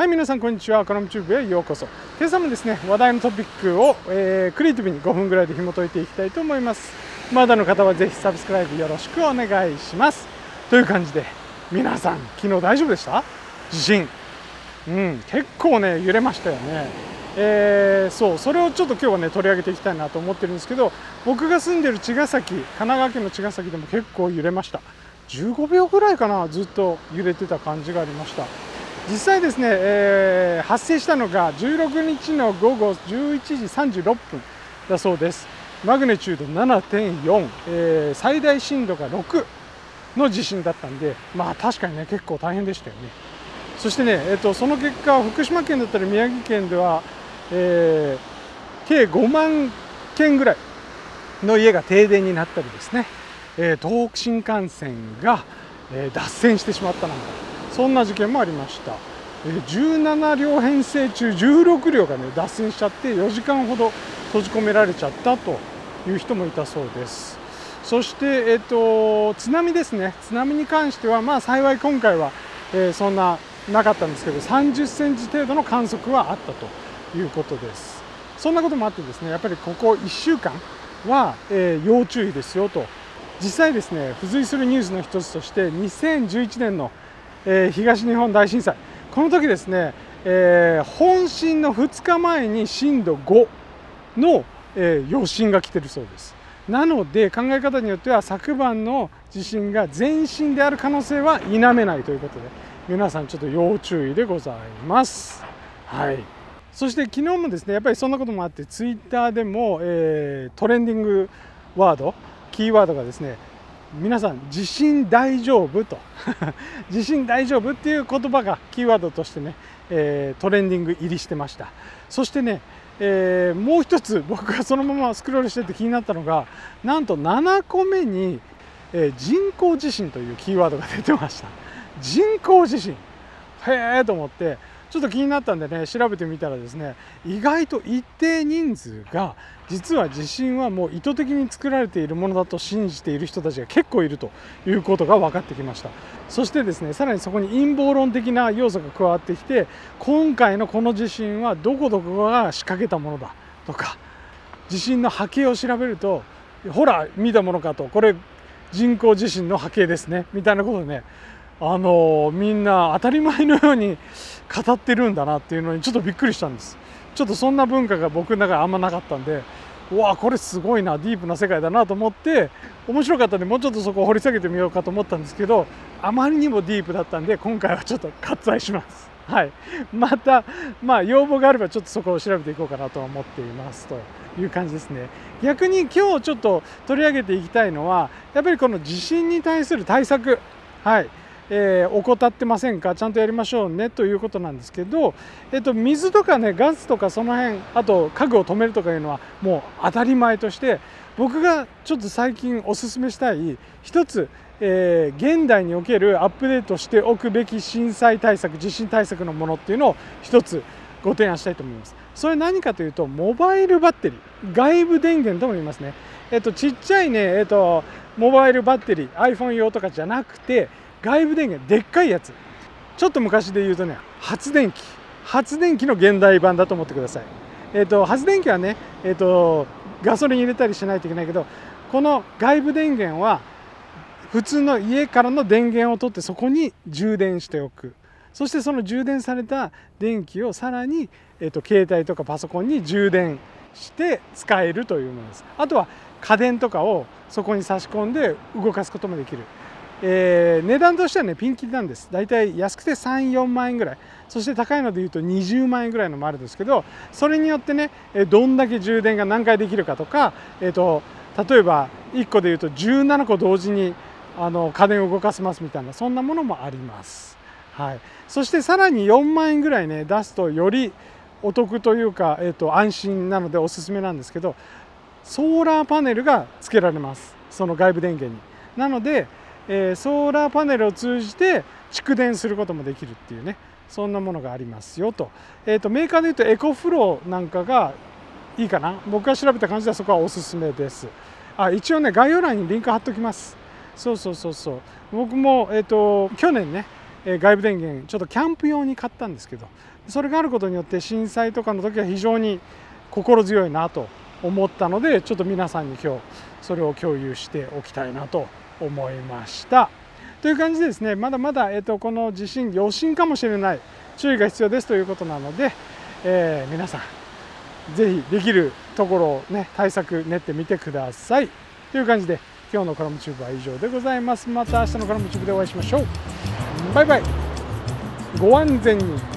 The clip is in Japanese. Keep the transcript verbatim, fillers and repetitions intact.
はい、皆さんこんにちは。コラムチューブへようこそ。今朝もですね、話題のトピックを、えー、クリエイティブにごふんぐらいで紐解いていきたいと思います。まだの方はぜひサブスクライブよろしくお願いします。という感じで、皆さん昨日大丈夫でした？地震。うん、結構ね揺れましたよね。えー、そうそれをちょっと今日はね取り上げていきたいなと思ってるんですけど、僕が住んでる茅ヶ崎、神奈川県の茅ヶ崎でも結構揺れました。じゅうごびょうぐらいかな、ずっと揺れてた感じがありました。実際ですね、えー、発生したのがじゅうろくにちのごごじゅういちじさんじゅうろっぷんだそうです。マグニチュード ななてんよん、えー、最大震度がろくの地震だったんで、まあ確かにね結構大変でしたよね。そしてね、えー、とその結果、福島県だったり宮城県では、えー、計ごまんけんぐらいの家が停電になったりですね、えー、東北新幹線が、えー、脱線してしまったなんか、そんな事件もありました。じゅうななりょう編成中じゅうろくりょうがね脱線しちゃってよじかんほど閉じ込められちゃったという人もいたそうです。そして、えー、と津波ですね。津波に関してはまあ幸い今回は、えー、そんななかったんですけど、さんじゅっセンチ程度の観測はあったということです。そんなこともあってですね、やっぱりここいっしゅうかんは、えー、要注意ですよと。実際ですね、付随するニュースの一つとしてにせんじゅういちねんのえー、東日本大震災、この時ですね、えー、本震のふつかまえに震度ごの、えー、余震が来てるそうです。なので考え方によっては昨晩の地震が前震である可能性は否めないということで、皆さんちょっと要注意でございます。はい。そして昨日もですね、やっぱりそんなこともあってツイッターでも、えー、トレンディングワードキーワードがですね、皆さん地震大丈夫と地震大丈夫っていう言葉がキーワードとしてね、えー、トレンディング入りしてました。そしてね、えー、もう一つ僕がそのままスクロールしてて気になったのが、なんとななこめに、えー、人工地震というキーワードが出てました。人工地震、へえと思ってちょっと気になったんでね調べてみたらですね、意外と一定人数が実は地震はもう意図的に作られているものだと信じている人たちが結構いるということが分かってきました。そしてですね、さらにそこに陰謀論的な要素が加わってきて、今回のこの地震はどこどこが仕掛けたものだとか、地震の波形を調べるとほら見たものかと、これ人工地震の波形ですねみたいなことでね、あのみんな当たり前のように語ってるんだなっていうのにちょっとびっくりしたんです。ちょっとそんな文化が僕の中であんまなかったんで、うわこれすごいな、ディープな世界だなと思って面白かったんで、もうちょっとそこを掘り下げてみようかと思ったんですけど、あまりにもディープだったんで今回はちょっと割愛します。はい、またまあ要望があればちょっとそこを調べていこうかなと思っていますという感じですね。逆に今日ちょっと取り上げていきたいのは、やっぱりこの地震に対する対策、はい、えー、怠ってませんか、ちゃんとやりましょうねということなんですけど、えっと、水とかねガスとかその辺、あと家具を止めるとかいうのはもう当たり前として、僕がちょっと最近おすすめしたい一つ、えー、現代におけるアップデートしておくべき震災対策、地震対策のものっていうのを一つご提案したいと思います。それ何かというと、モバイルバッテリー、外部電源とも言いますね。えっと、ちっちゃいね、えっと、モバイルバッテリー iPhone 用とかじゃなくて、外部電源でっかいやつ、ちょっと昔で言うとね発電機発電機の現代版だと思ってください。えっと発電機はね、えっとガソリン入れたりしないといけないけど、この外部電源は普通の家からの電源を取ってそこに充電しておく。そしてその充電された電気をさらに、えっと携帯とかパソコンに充電して使えるというものです。あとは家電とかをそこに差し込んで動かすこともできる。えー、値段としてはねピンキリなんです。だいたい安くてさん、よんまんえんぐらい、そして高いのでいうとにじゅうまんえんぐらいのもあるんですけど、それによってねどんだけ充電が何回できるかとか、えーと例えばいっこでいうとじゅうななこ同時にあの家電を動かせますみたいな、そんなものもあります。はい、そしてさらによんまんえんぐらいね出すとよりお得というか、えーと安心なのでおすすめなんですけど、ソーラーパネルがつけられます、その外部電源に。なのでえー、ソーラーパネルを通じて蓄電することもできるっていうね、そんなものがありますよと。えーとメーカーでいうとエコフローなんかがいいかな、僕が調べた感じではそこはおすすめです。あ、一応ね概要欄にリンク貼っときます。そうそうそうそう、僕も、えーと去年ねえー、外部電源ちょっとキャンプ用に買ったんですけど、それがあることによって震災とかの時は非常に心強いなと思ったので、ちょっと皆さんに今日それを共有しておきたいなと思いました。という感じでですね、まだまだ、えー、とこの地震余震かもしれない、注意が必要ですということなので、えー、皆さんぜひできるところをね対策練ってみてください。という感じで今日のコラムチューブは以上でございます。また明日のコラムチューブでお会いしましょう。バイバイ。ご安全に。